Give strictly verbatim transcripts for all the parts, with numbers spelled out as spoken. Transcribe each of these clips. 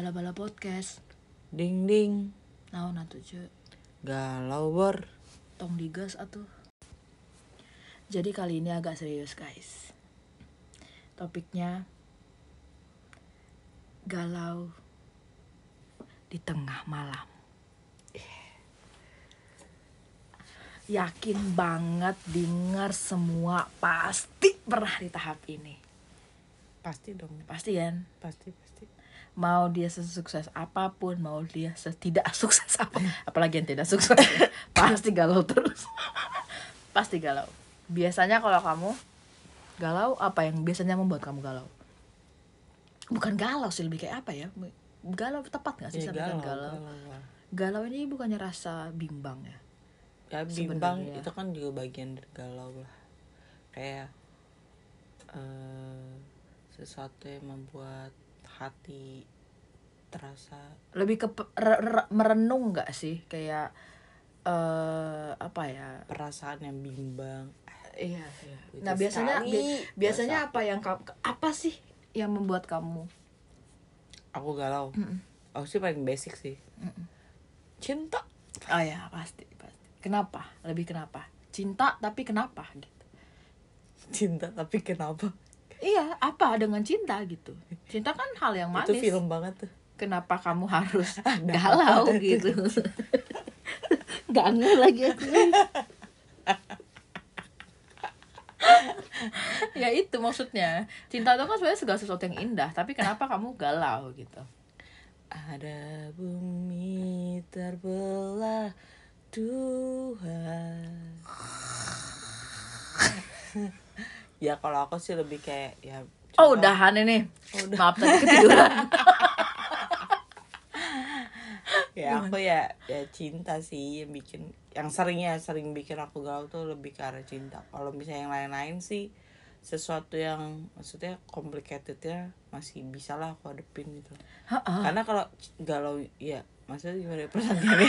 Bala-bala podcast. Ding ding. Naon atuh ce? Galau ber. Tong digas atuh. Jadi kali ini agak serius guys. Topiknya galau di tengah malam. Yakin banget dengar semua pasti pernah di tahap ini. Pasti dong. Pasti kan? Pasti pasti. Mau dia sesukses apapun, mau dia tidak sukses apa, apalagi yang tidak sukses, pasti galau terus. Pasti galau. Biasanya kalau kamu galau, apa yang biasanya membuat kamu galau? Bukan galau sih, lebih kayak apa ya? Galau tepat nggak sih? Ya, galau, galau, galau. galau. Galau ini bukannya rasa bimbang ya? Ya bimbang Sebenarnya. itu kan juga bagian dari galau lah. Kayak uh, sesuatu yang membuat hati terasa lebih ke re- re- merenung nggak sih? Kayak uh, apa ya? perasaan yang bimbang. Iya, iya. Gitu Nah, biasanya sekali. bi- biasanya Biasa. apa yang kamu apa sih yang membuat kamu Aku galau. Mm-mm. Aku sih paling basic sih. Mm-mm. Cinta. Oh ya, pasti, pasti. Kenapa? Lebih kenapa? Cinta tapi kenapa gitu. Cinta tapi kenapa? Iya, apa dengan cinta gitu. Cinta kan hal yang manis. Itu film banget tuh. Kenapa kamu harus galau gitu? Gak nge lagi aku. Ya itu maksudnya. Cinta itu kan sebenarnya segala sesuatu yang indah, tapi kenapa kamu galau gitu? Ada bumi terbelah dua. Ya kalau aku sih lebih kayak ya. Oh coba- udahan ini. Oh, udah. Maaf tadi ketiduran. Ya aku ya ya cinta sih yang bikin, yang seringnya sering bikin aku galau tuh lebih ke arah cinta. Kalau misalnya yang lain-lain sih sesuatu yang maksudnya complicatednya masih bisa lah aku hadepin gitu. Ha-ha. Karena kalau galau ya maksudnya gimana pertanyaannya?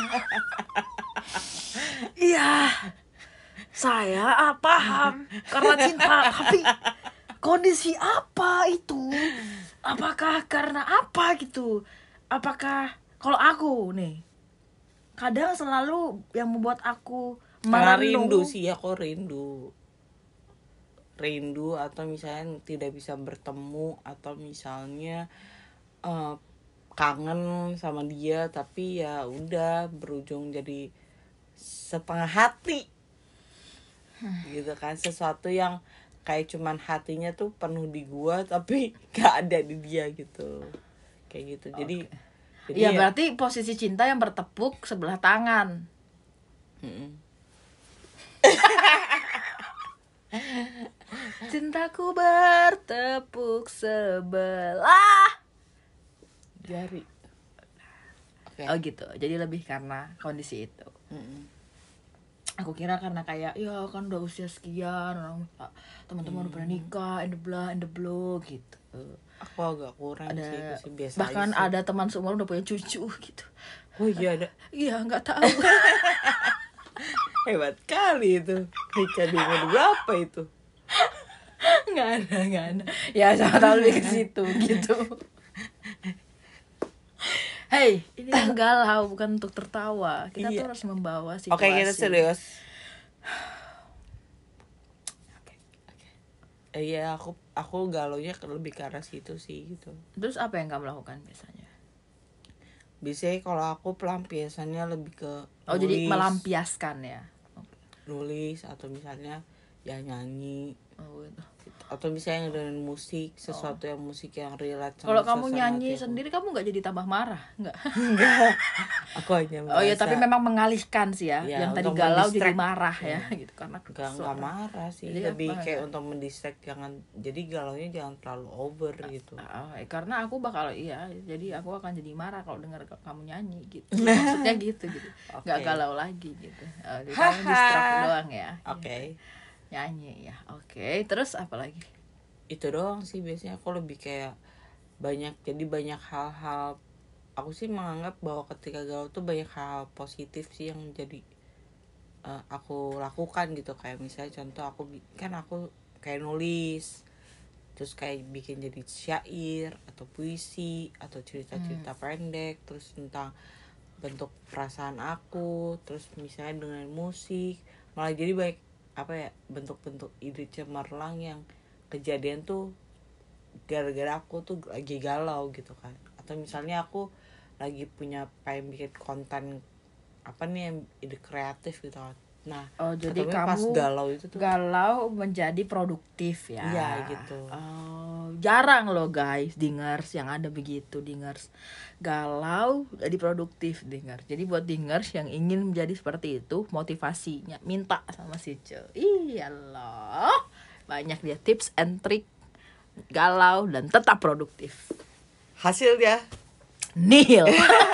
Iya. Saya ah, paham karena cinta, tapi kondisi apa itu? Apakah karena apa gitu? Apakah kalau aku nih kadang selalu yang membuat aku Karena merenung. rindu sih, aku rindu rindu atau misalnya tidak bisa bertemu, atau misalnya uh, kangen sama dia tapi ya udah berujung jadi setengah hati gitu kan, sesuatu yang kayak cuman hatinya tuh penuh di gua tapi gak ada di dia gitu, kayak gitu. Jadi jadi Ya berarti posisi cinta yang bertepuk sebelah tangan. mm-mm. Cintaku bertepuk sebelah jari. Oke. Oh gitu. Jadi lebih karena kondisi itu. Mm-mm. Aku kira karena kayak ya kan udah usia sekian, orang teman-teman udah pernah nikah, in the blah, in the blow gitu. Aku agak kurang Ada sih, itu sih biasa bahkan aja sih. ada teman seumur udah punya cucu gitu. Oh iya ada. Iya nggak tahu. Hebat kali itu. Nikah di umur berapa itu? Nggak ada, nggak ada. Ya sama tahu lebih ke situ gitu. Hey, ini yang galau bukan untuk tertawa. Kita Iya. tuh harus membawa situasi. Oke, kita serius. Eh, iya, aku aku galaunya ke- lebih ke arah situ sih gitu. Terus apa yang kamu lakukan biasanya? Biasanya kalau aku pelampiasannya lebih ke Oh, jadi nulis, melampiaskan ya. nulis atau misalnya ya nyanyi, Oh, gitu. atau misalnya dengan musik, sesuatu yang musik yang relate sama Kalau kamu suasana nyanyi hati aku. sendiri kamu nggak jadi tambah marah, nggak? Enggak. Aku hanya Oh ya, merasa- tapi memang mengalihkan sih ya. Ya, Yang tadi untuk galau jadi mendistract. marah ya, Ya. gitu karena Enggak, enggak suara. marah sih, Jadi lebih apa? kayak untuk mendistract, jangan jadi galaunya jangan terlalu over gitu. Oh, eh, karena aku bakal iya, jadi aku akan jadi marah kalau dengar ka- kamu nyanyi gitu. Maksudnya gitu gitu. Nggak Oke. galau lagi gitu. Oh, jadi kamu distract doang ya. Oke. Nyanyi ya. Oke, terus apa lagi? Itu doang sih biasanya. Aku lebih kayak banyak, jadi banyak hal-hal. Aku sih menganggap bahwa ketika galau tuh banyak hal positif sih yang jadi uh, aku lakukan gitu. Kayak misalnya contoh aku bi- kan aku kayak nulis terus kayak bikin jadi syair atau puisi atau cerita-cerita hmm. pendek, terus tentang bentuk perasaan aku, terus misalnya dengan musik, malah jadi baik apa ya bentuk-bentuk ide cemerlang yang kejadian tuh gara-gara aku tuh lagi galau gitu kan, atau misalnya aku lagi punya pengen bikin konten apa nih yang ide kreatif gitu kan. Nah, oh, jadi kamu pas galau itu tuh galau menjadi produktif ya. Iya gitu. Oh, jarang loh guys dingers yang ada begitu, dingers galau jadi produktif, dingers. Jadi buat dingers yang ingin menjadi seperti itu, motivasinya minta sama si Ce. Iyalah, banyak dia tips and trick galau dan tetap produktif. Hasilnya nihil.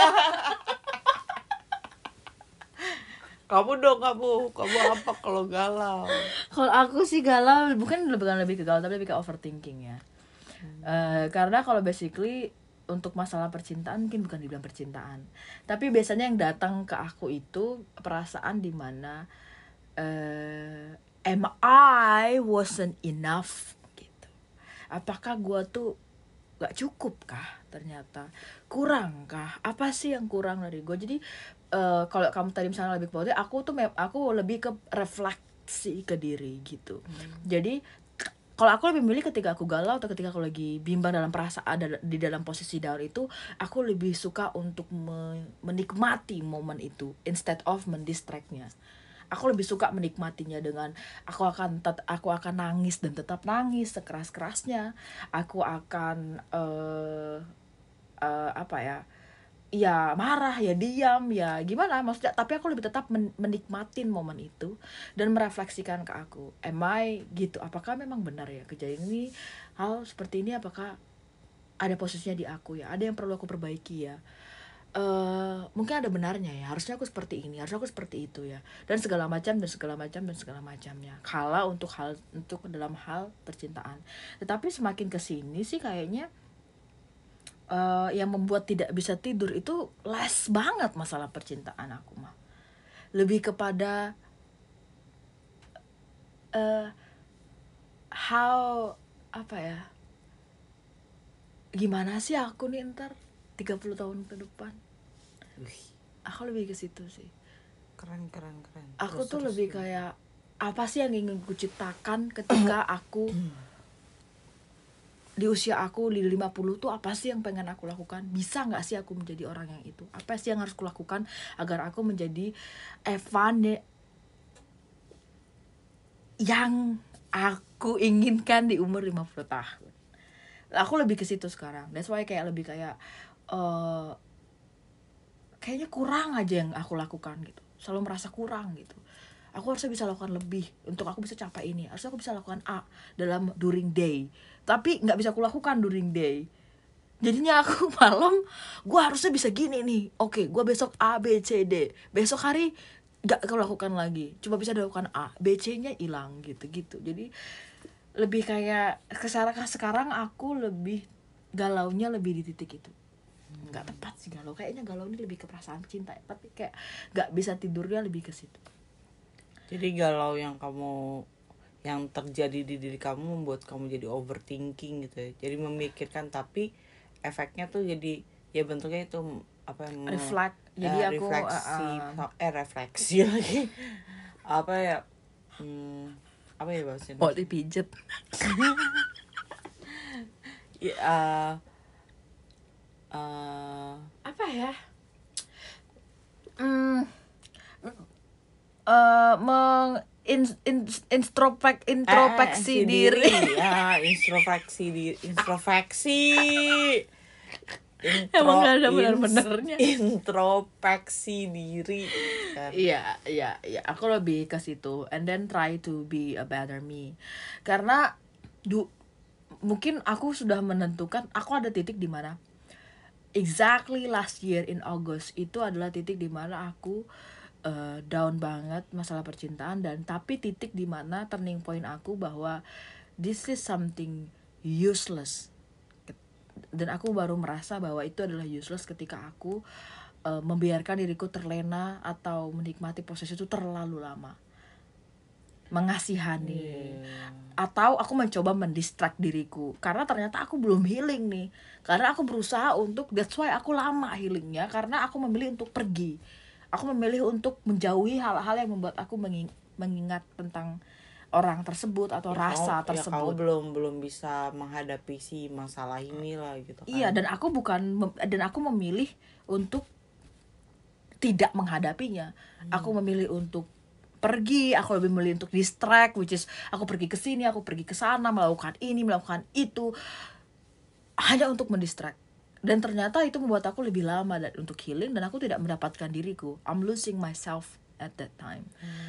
Kamu dong, kamu kamu apa kalau galau? Kalau aku sih galau bukan bukan lebih ke galau tapi lebih ke overthinking ya. hmm. uh, karena kalau basically untuk masalah percintaan mungkin bukan dibilang percintaan, tapi biasanya yang datang ke aku itu perasaan dimana uh, am I wasn't enough gitu. Apakah gue tuh gak cukup kah, ternyata kurang kah, apa sih yang kurang dari gue. Jadi uh, kalau kamu tadi misalnya lebih ke aku tuh aku lebih ke refleksi ke diri gitu. hmm. Jadi kalau aku lebih milih ketika aku galau atau ketika aku lagi bimbang dalam perasaan di dalam posisi down itu, aku lebih suka untuk menikmati momen itu instead of mendistractnya. Aku lebih suka menikmatinya dengan aku akan tet- aku akan nangis dan tetap nangis sekeras-kerasnya. Aku akan uh, uh, apa ya? Ya marah, ya diam, ya gimana maksudnya, tapi aku lebih tetap men- menikmatin momen itu dan merefleksikan ke aku, am I gitu, apakah memang benar ya kejadian ini, hal seperti ini apakah ada posisinya di aku ya, ada yang perlu aku perbaiki ya. Uh, mungkin ada benarnya ya, harusnya aku seperti ini, harusnya aku seperti itu ya, dan segala macam dan segala macam dan segala macamnya. Kalau untuk hal untuk dalam hal percintaan, tetapi semakin kesini sih kayaknya uh, yang membuat tidak bisa tidur itu less banget masalah percintaan aku mah, lebih kepada uh, how apa ya, gimana sih aku nih ntar tiga puluh tahun ke depan. Wih, aku lebih ke situ sih. Keren keren keren. Aku terus, tuh terus, lebih terus. kayak apa sih yang ingin ku ciptakan ketika aku di usia aku di lima puluh tuh, apa sih yang pengen aku lakukan? Bisa gak sih aku menjadi orang yang itu? Apa sih yang harus aku lakukan agar aku menjadi Evan yang aku inginkan di umur lima puluh tahun? Aku lebih ke situ sekarang. That's why kayak lebih kayak uh, kayaknya kurang aja yang aku lakukan gitu. Selalu merasa kurang gitu. Aku harusnya bisa lakukan lebih untuk aku bisa capai ini. Harusnya aku bisa lakukan A dalam during day, tapi nggak bisa aku lakukan during day. Jadinya aku malam gue harusnya bisa gini nih. Oke, gue besok A B C D. Besok hari nggak aku lakukan lagi. Cuma bisa dilakukan A, B C-nya hilang gitu-gitu. Jadi lebih kayak sekarang sekarang aku lebih galaunya lebih di titik itu. Nggak tepat sih galau, kayaknya galau ini lebih ke perasaan cinta ya, tapi kayak nggak bisa tidurnya lebih ke situ. Jadi galau yang kamu yang terjadi di diri kamu membuat kamu jadi overthinking gitu ya, jadi memikirkan, tapi efeknya tuh jadi ya bentuknya itu apa yang reflect, jadi eh, aku refleksi uh, uh, eh refleksi lagi apa ya hmm, apa ya bahasanya, mau dipijet ya uh, uh, apa ya hmm, uh, meng in, in, introspek introspeksi eh, diri, diri. ya introspeksi diri introspeksi Intro, emang gak ada benar-benarnya. Introspeksi diri kan. Iya, iya, iya. Aku lebih ke situ. And then try to be a better me. Karena du, mungkin aku sudah menentukan. Aku ada titik di mana. Exactly last year in August itu adalah titik di mana aku uh, down banget masalah percintaan, dan tapi titik di mana turning point aku bahwa this is something useless. Dan aku baru merasa bahwa itu adalah useless ketika aku uh, membiarkan diriku terlena atau menikmati proses itu terlalu lama. mengasihani, Yeah. atau aku mencoba mendistract diriku karena ternyata aku belum healing nih, karena aku berusaha untuk, that's why aku lama healingnya, karena aku memilih untuk pergi, aku memilih untuk menjauhi hal-hal yang membuat aku menging- mengingat tentang orang tersebut atau Ya, rasa kamu, ya kamu tersebut. belum belum bisa menghadapi si masalah ini lah gitu kan. Iya, dan aku bukan mem- dan aku memilih untuk tidak menghadapinya. Aku memilih untuk pergi, aku lebih memilih untuk distract, which is aku pergi ke sini, aku pergi ke sana, melakukan ini, melakukan itu, hanya untuk mendistract. Dan ternyata itu membuat aku lebih lama dan untuk healing, dan aku tidak mendapatkan diriku. I'm losing myself at that time.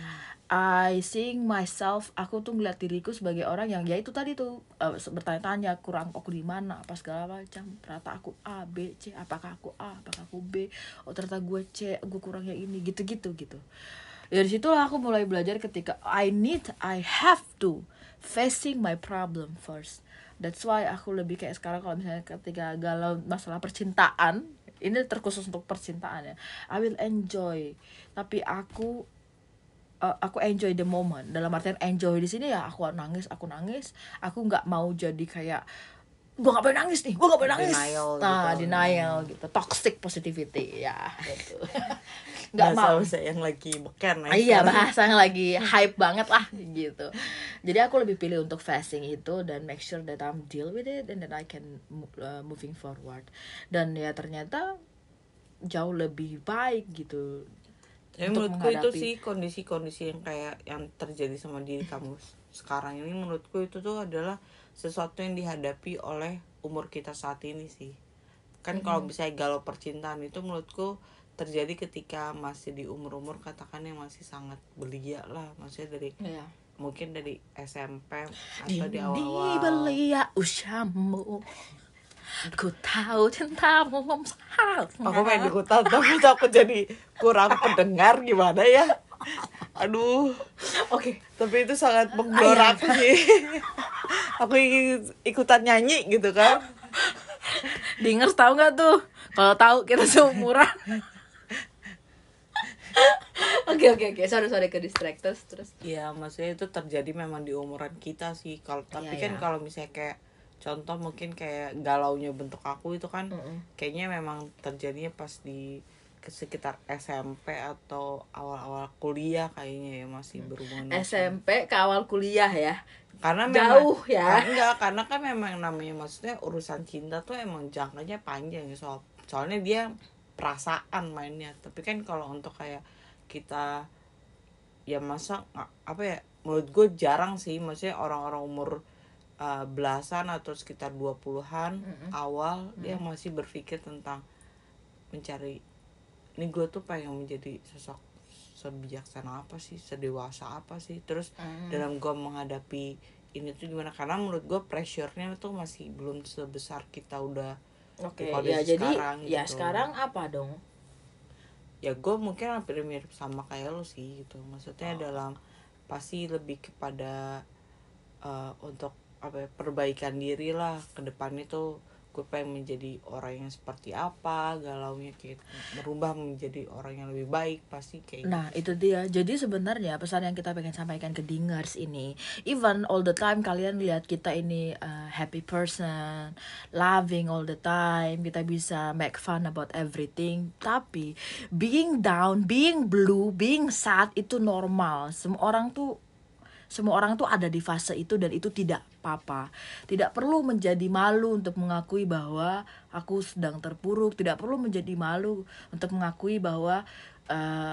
I seeing myself, aku tuh ngeliat diriku sebagai orang yang ya itu tadi tuh uh, bertanya-tanya kurang aku di mana apa segala macam. Ternyata aku A, B, C, apakah aku A, apakah aku B? Oh ternyata gue C, gue kurangnya ini, gitu-gitu gitu. Dari situlah aku mulai belajar ketika I need, I have to facing my problem first. That's why aku lebih kayak sekarang kalau misalnya ketika galau masalah percintaan, ini terkhusus untuk percintaan ya, I will enjoy. Tapi aku uh, aku enjoy the moment. Dalam artian enjoy di sini ya aku nangis, aku nangis. Aku nggak mau jadi kayak gue gak boleh nangis nih, gue gak boleh nangis. Denial Nah, gitu. denial gitu, toxic positivity ya gitu. Nggak mau. Bahasa yang lagi beken ya. Iya, sekarang. bahasa yang lagi hype banget lah gitu. Jadi aku lebih pilih untuk facing itu dan make sure that I'm deal with it and that I can uh, moving forward. Dan ya ternyata jauh lebih baik gitu. Tapi Untuk menurutku itu menghadapi. sih kondisi-kondisi yang kayak yang terjadi sama diri kamu sekarang ini, menurutku itu tuh adalah sesuatu yang dihadapi oleh umur kita saat ini sih. Kan kalau misalnya galau percintaan itu menurutku terjadi ketika masih di umur-umur katakan yang masih sangat belia lah, maksudnya dari Iya. mungkin dari S M P atau Di, di di awal-awal. belia usiamu, ku tahu cintamu memsahal. Aku pengen ikutan tapi takut jadi kurang pendengar gimana ya. Aduh. Oke. Tapi itu sangat menggelora aku sih. Aku ingin ikutan nyanyi gitu kan. Dingers tahu nggak tuh? Kalau tahu kita seumuran. Oke oke oke, sorry sorry ke distract terus terus. Iya, maksudnya itu terjadi memang di umuran kita sih. Kalau tapi Iya, kan iya. kalau misalnya kayak contoh mungkin kayak galaunya bentuk aku itu kan Mm-mm. kayaknya memang terjadinya pas di ke sekitar S M P atau awal-awal kuliah kayaknya ya, masih berhubungan S M P ke awal kuliah ya. karena Jauh memang, ya. ah, enggak, karena kan memang namanya maksudnya urusan cinta tuh emang jangkanya panjang ya, soal soalnya dia perasaan mainnya. Tapi kan kalau untuk kayak kita ya masa nggak- apa ya, menurut gue jarang sih, maksudnya orang-orang umur uh, belasan atau sekitar dua puluhan Mm-mm. awal dia masih berpikir tentang mencari, ini gue tuh pengen menjadi sosok sebijaksana apa sih, sedewasa apa sih, terus Mm. dalam gue menghadapi ini tuh gimana, karena menurut gue pressure-nya tuh masih belum sebesar kita udah Oke, di kondisi ya jadi sekarang ya gitu. sekarang apa dong? Ya gue mungkin hampir mirip sama kayak lo sih gitu, maksudnya Oh. dalam pasti lebih kepada uh, untuk apa ya, perbaikan diri lah ke depannya tuh. Gue pengen menjadi orang yang seperti apa, galaunya kayak merubah menjadi orang yang lebih baik, pasti kayak Nah gitu. itu dia. Jadi sebenarnya pesan yang kita pengen sampaikan ke dingers ini, even all the time kalian lihat kita ini uh, happy person, loving all the time, kita bisa make fun about everything. Tapi being down, being blue, being sad itu normal. Semua orang tuh Semua orang tuh ada di fase itu dan itu tidak apa-apa. Tidak perlu menjadi malu untuk mengakui bahwa aku sedang terpuruk. Tidak perlu menjadi malu untuk mengakui bahwa uh,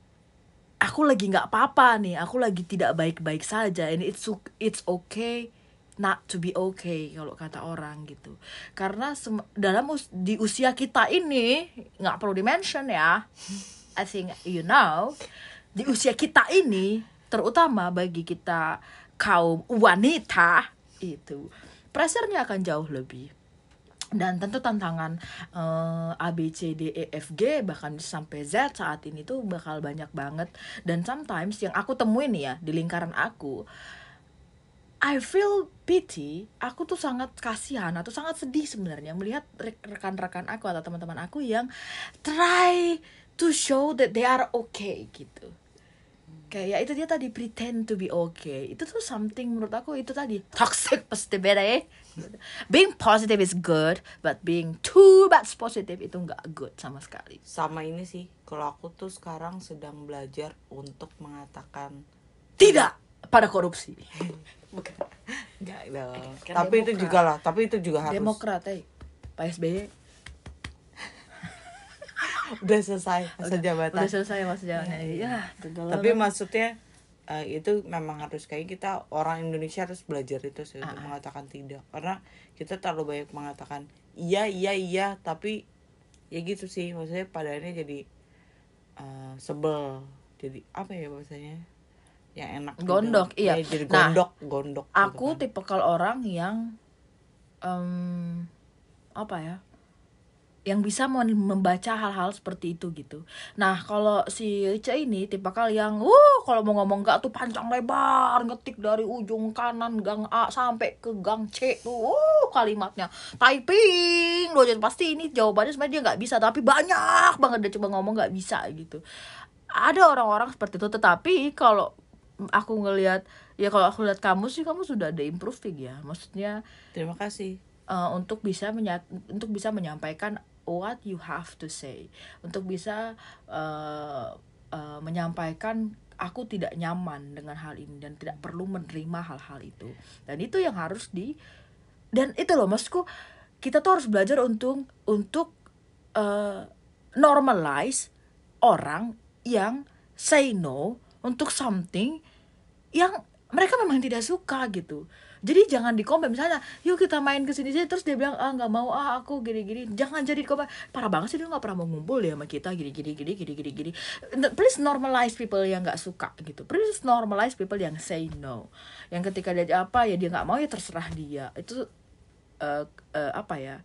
aku lagi nggak apa-apa nih. Aku lagi tidak baik-baik saja. And it's it's okay not to be okay kalau kata orang gitu. Karena sem- dalam us- di usia kita ini nggak perlu di-mention ya. I think you know, di usia kita ini, terutama bagi kita kaum wanita itu, pressure-nya akan jauh lebih. Dan tentu tantangan uh, A, B, C, D, E, F, G bahkan sampai Z saat ini tuh bakal banyak banget. Dan sometimes yang aku temuin ya di lingkaran aku, I feel pity, aku tuh sangat kasihan atau sangat sedih sebenarnya melihat rekan-rekan aku atau teman-teman aku yang try to show that they are okay gitu. kayak ya itu dia tadi, pretend to be okay. Itu tuh something menurut aku itu tadi toxic positivity. Being positive is good, but being too much positive itu nggak good sama sekali. Sama ini sih, kalau aku tuh sekarang sedang belajar untuk mengatakan tidak pada korupsi. bukan nggak dong. Kan Tapi itu Demokrat. juga lah, tapi itu juga harus. Demokrat, eh. Pak S B Y Udah selesai masa jabatan. udah selesai masa jabatannya. Ya, tegal. Tapi maksudnya uh, itu memang harus kayak kita orang Indonesia harus belajar itu sih untuk Ah. mengatakan tidak, karena kita terlalu banyak mengatakan iya iya iya tapi ya gitu sih, maksudnya padahalnya jadi uh, sebel, jadi apa ya bahasanya yang enak gitu. Gondok, iya. Ya, jadi Nah, gondok gondok aku gitu kan. tipikal orang yang em, apa ya, yang bisa men- membaca hal-hal seperti itu gitu. Nah kalau si Ica ini tipikal yang uh kalau mau ngomong gak tuh panjang lebar, ngetik dari ujung kanan gang A sampai ke gang C tuh uh kalimatnya typing loh, jadi pasti ini jawabannya sebenarnya dia nggak bisa, tapi banyak banget dia coba ngomong nggak bisa gitu. Ada orang-orang seperti itu, tetapi kalau aku ngelihat, ya kalau aku lihat kamu sih, kamu sudah ada improving ya, maksudnya Terima kasih. uh, untuk bisa menya- untuk bisa menyampaikan what you have to say, untuk bisa uh, uh, menyampaikan aku tidak nyaman dengan hal ini dan tidak perlu menerima hal-hal itu, dan itu yang harus di, dan itu loh maksudku, kita tuh harus belajar untuk untuk uh, normalize orang yang say no untuk something yang mereka memang tidak suka gitu. Jadi jangan dikomen, misalnya yuk kita main kesini sini, terus dia bilang ah nggak mau, ah aku gini gini, jangan jadi komen parah banget sih, dia nggak pernah mau ngumpul ya sama kita gini gini gini gini gini gini. Please normalize people yang nggak suka gitu, please normalize people yang say no, yang ketika dia apa ya dia nggak mau ya terserah dia, itu uh, uh, apa ya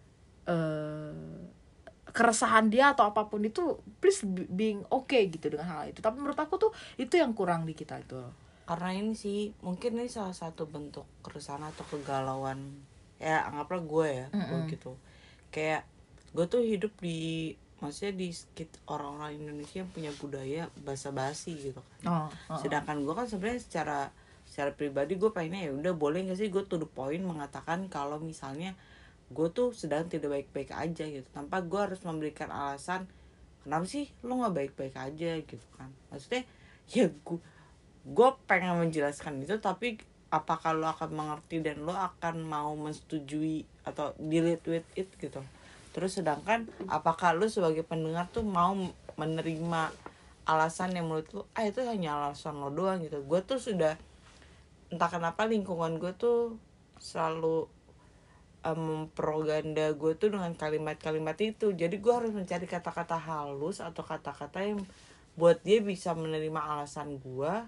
uh, keresahan dia atau apapun itu, please being okay gitu dengan hal itu. Tapi menurut aku tuh itu yang kurang di kita itu. Karena ini sih mungkin ini salah satu bentuk keresahan atau kegalauan ya, anggaplah gue ya, gue gitu, kayak gue tuh hidup di, maksudnya di sekitar orang-orang Indonesia yang punya budaya basa-basi gitu kan. Oh, oh, Sedangkan gue kan sebenarnya secara secara pribadi gue pengennya ya udah boleh nggak sih gue to the point mengatakan kalau misalnya gue tuh sedang tidak baik-baik aja gitu, tanpa gue harus memberikan alasan kenapa sih lo nggak baik-baik aja gitu kan. Maksudnya ya gue gue pengen menjelaskan itu, tapi apakah lo akan mengerti dan lo akan mau menyetujui atau delete with it gitu. Terus sedangkan apakah lo sebagai pendengar tuh mau menerima alasan yang menurut lo ah itu hanya alasan lo doang gitu. Gue tuh sudah entah kenapa lingkungan gue tuh selalu um, propaganda gue tuh dengan kalimat-kalimat itu. Jadi gue harus mencari kata-kata halus atau kata-kata yang buat dia bisa menerima alasan gue.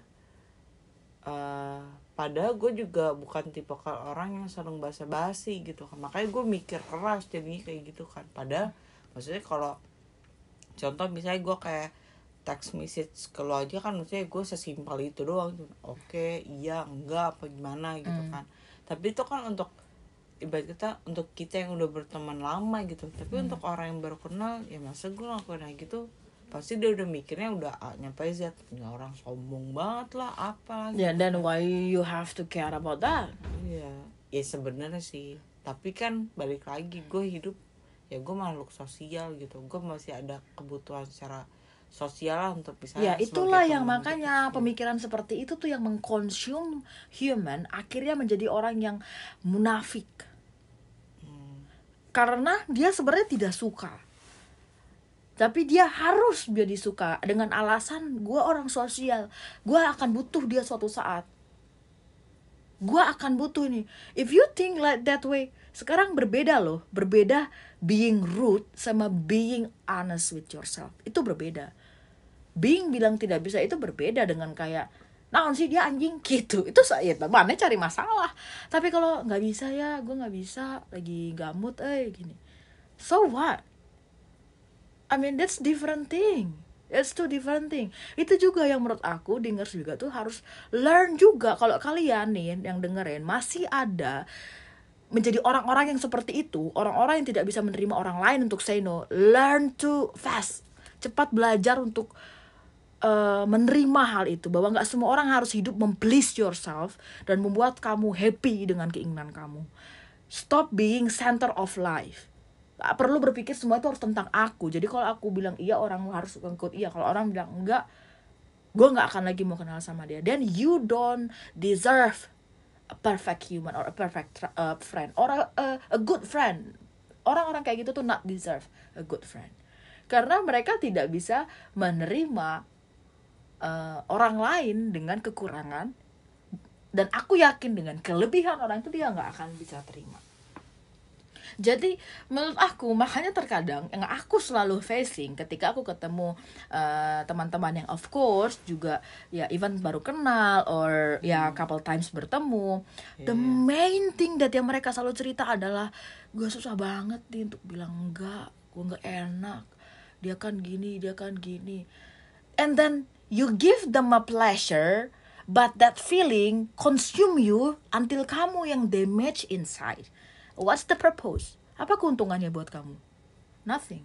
Uh, padahal gue juga bukan tipe orang yang sering basa-basi gitu kan, makanya gue mikir keras jadinya kayak gitu kan. Padahal maksudnya kalau contoh misalnya gue kayak text message ke lo aja kan, maksudnya gue sesimpel itu doang, oke iya enggak apa gimana gitu Mm. kan. Tapi itu kan untuk ibarat kita, untuk kita yang udah berteman lama gitu. Tapi Mm. untuk orang yang baru kenal ya masa gue ngelakuin kayak gitu, pasti dia udah mikirnya udah A nyampe Z, ini orang sombong banget lah apa Ya, gitu. then why you have to care about that? Iya, ya sebenarnya sih. Tapi kan balik lagi, gue hidup ya gue makhluk sosial gitu. Gue masih ada kebutuhan secara sosial lah untuk bisa. Ya sebagai itulah yang teman makanya gitu sih. pemikiran seperti itu tuh yang mengkonsum human, akhirnya menjadi orang yang munafik. Hmm. Karena dia sebenarnya tidak suka, tapi dia harus jadi suka dengan alasan gue orang sosial, gue akan butuh dia suatu saat, gue akan butuh ini. If you think like that way, sekarang berbeda loh, berbeda being rude sama being honest with yourself, itu berbeda. Being bilang tidak bisa itu berbeda dengan kayak naon sih dia anjing gitu, itu saya mana cari masalah. Tapi kalau nggak bisa ya gue nggak bisa, lagi gamut eh gini, so what? I mean that's different thing. It's two different thing. Itu juga yang menurut aku Dingers juga tuh harus learn juga. Kalau kalian nih yang dengerin masih ada menjadi orang-orang yang seperti itu, orang-orang yang tidak bisa menerima orang lain untuk say no, learn to fast. Cepat belajar untuk uh, menerima hal itu, bahwa nggak semua orang harus hidup mem-please yourself dan membuat kamu happy dengan keinginan kamu. Stop being center of life. Gak perlu berpikir semua itu harus tentang aku. Jadi kalau aku bilang iya, orang harus ngikut iya. Kalau orang bilang enggak, gue nggak akan lagi mau kenal sama dia. Then you don't deserve a perfect human or a perfect uh, friend or a, a, a good friend. Orang-orang kayak gitu tuh not deserve a good friend, karena mereka tidak bisa menerima uh, orang lain dengan kekurangan, dan aku yakin dengan kelebihan orang itu dia nggak akan bisa terima. Jadi menurut aku, makanya terkadang yang aku selalu facing ketika aku ketemu uh, teman-teman yang of course juga ya even baru kenal or hmm. ya couple times bertemu, yeah. The main thing that yang mereka selalu cerita adalah, gue susah banget nih untuk bilang enggak, gue nggak enak, dia kan gini, dia kan gini. And then you give them a pleasure, but that feeling consume you until kamu yang damage inside. What's the purpose? Apa keuntungannya buat kamu? Nothing.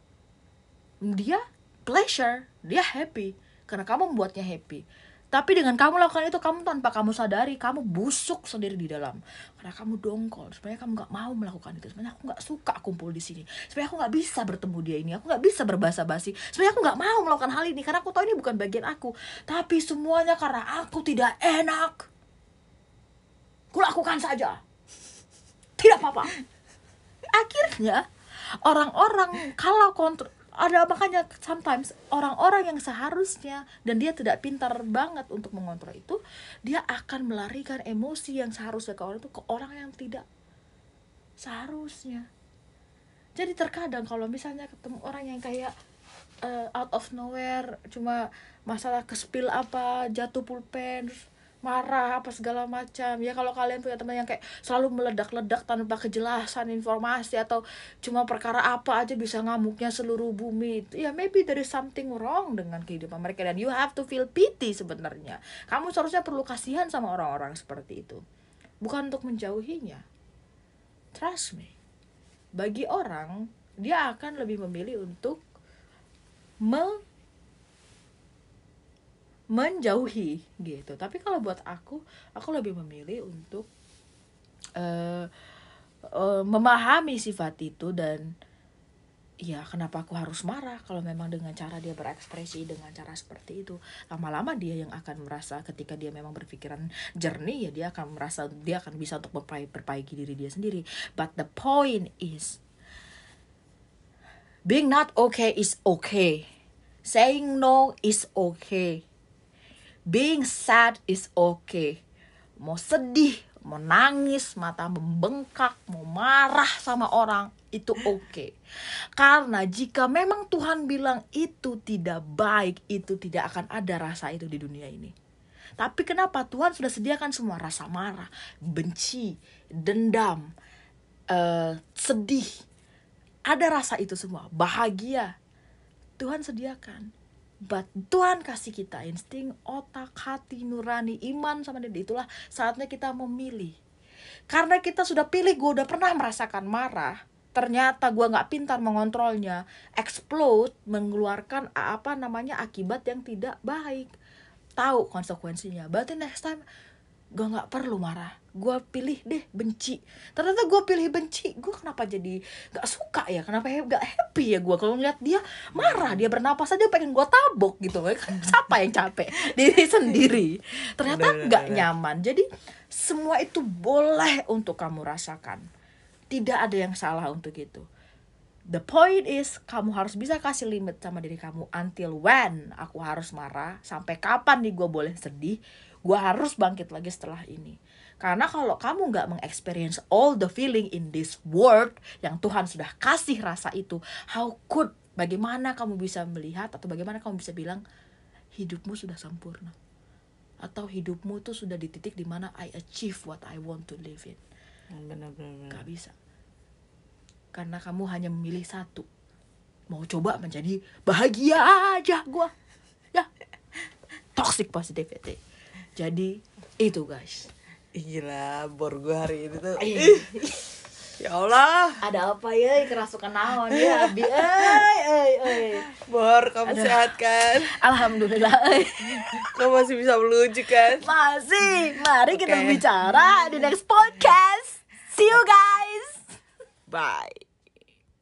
Dia pleasure, dia happy karena kamu membuatnya happy. Tapi dengan kamu lakukan itu, kamu tanpa kamu sadari, kamu busuk sendiri di dalam. Karena kamu dongkol. Sebenarnya kamu gak mau melakukan itu. Sebenarnya aku gak suka kumpul di sini. Sebenarnya aku gak bisa bertemu dia ini. Aku gak bisa berbahasa-basi. Sebenarnya aku gak mau melakukan hal ini karena aku tahu ini bukan bagian aku. Tapi semuanya karena aku tidak enak. Kulakukan saja. Tidak apa-apa. Akhirnya orang-orang kalau kontrol, ada makanya sometimes orang-orang yang seharusnya dan dia tidak pintar banget untuk mengontrol itu, dia akan melarikan emosi yang seharusnya ke orang itu ke orang yang tidak seharusnya. Jadi terkadang kalau misalnya ketemu orang yang kayak uh, out of nowhere, cuma masalah kespil apa, jatuh pulpen, marah apa segala macam ya. Kalau kalian punya teman yang kayak selalu meledak-ledak tanpa kejelasan informasi, atau cuma perkara apa aja bisa ngamuknya seluruh bumi, ya maybe there is something wrong dengan kehidupan mereka, dan you have to feel pity. Sebenarnya kamu seharusnya perlu kasihan sama orang-orang seperti itu, bukan untuk menjauhinya. Trust me, bagi orang dia akan lebih memilih untuk me menjauhi gitu. Tapi kalau buat aku, aku lebih memilih untuk uh, uh, memahami sifat itu, dan ya kenapa aku harus marah kalau memang dengan cara dia berekspresi dengan cara seperti itu. Lama-lama dia yang akan merasa, ketika dia memang berpikiran jernih, ya dia akan merasa dia akan bisa untuk memperbaiki diri dia sendiri. But the point is, being not okay is okay. Saying no is okay. Being sad is okay. Mau sedih, mau nangis, mata membengkak, mau marah sama orang, itu okay. Karena jika memang Tuhan bilang itu tidak baik, itu tidak akan ada rasa itu di dunia ini. Tapi kenapa Tuhan sudah sediakan semua rasa marah, benci, dendam, uh, sedih. Ada rasa itu semua, bahagia. Tuhan sediakan. But Tuhan kasih kita insting, otak, hati, nurani, iman sama dia. Itulah saatnya kita memilih. Karena kita sudah pilih, gue udah pernah merasakan marah, ternyata gue gak pintar mengontrolnya, explode, mengeluarkan apa namanya akibat yang tidak baik. Tahu konsekuensinya. Berarti next time gue gak perlu marah, gue pilih deh benci. Ternyata gue pilih benci, gue kenapa jadi gak suka ya, kenapa gak happy ya gue kalau ngeliat dia marah, dia bernapas aja pengen gue tabok gitu. Siapa yang capek? Diri sendiri. Ternyata gak nyaman. Jadi semua itu boleh untuk kamu rasakan, tidak ada yang salah untuk itu. The point is, kamu harus bisa kasih limit sama diri kamu. Until when aku harus marah, sampai kapan nih gue boleh sedih, gue harus bangkit lagi setelah ini. Karena kalau kamu gak mengexperience all the feeling in this world yang Tuhan sudah kasih rasa itu, how could, bagaimana kamu bisa melihat, atau bagaimana kamu bisa bilang hidupmu sudah sempurna, atau hidupmu tuh sudah di titik dimana I achieve what I want to live in. Benar-benar gak bisa. Karena kamu hanya memilih satu, mau coba menjadi bahagia aja gue ya. Toxic positivity. Jadi itu guys. Gila, bor gue hari ini tuh Ya Allah. Ada apa ya kerasukan naon ya Abi euy euy euy. Bor, kamu Aduh. sehat kan? Alhamdulillah euy. Kamu masih bisa melucu kan? Masih. Mari kita Oke. bicara di next podcast. See you guys. Bye.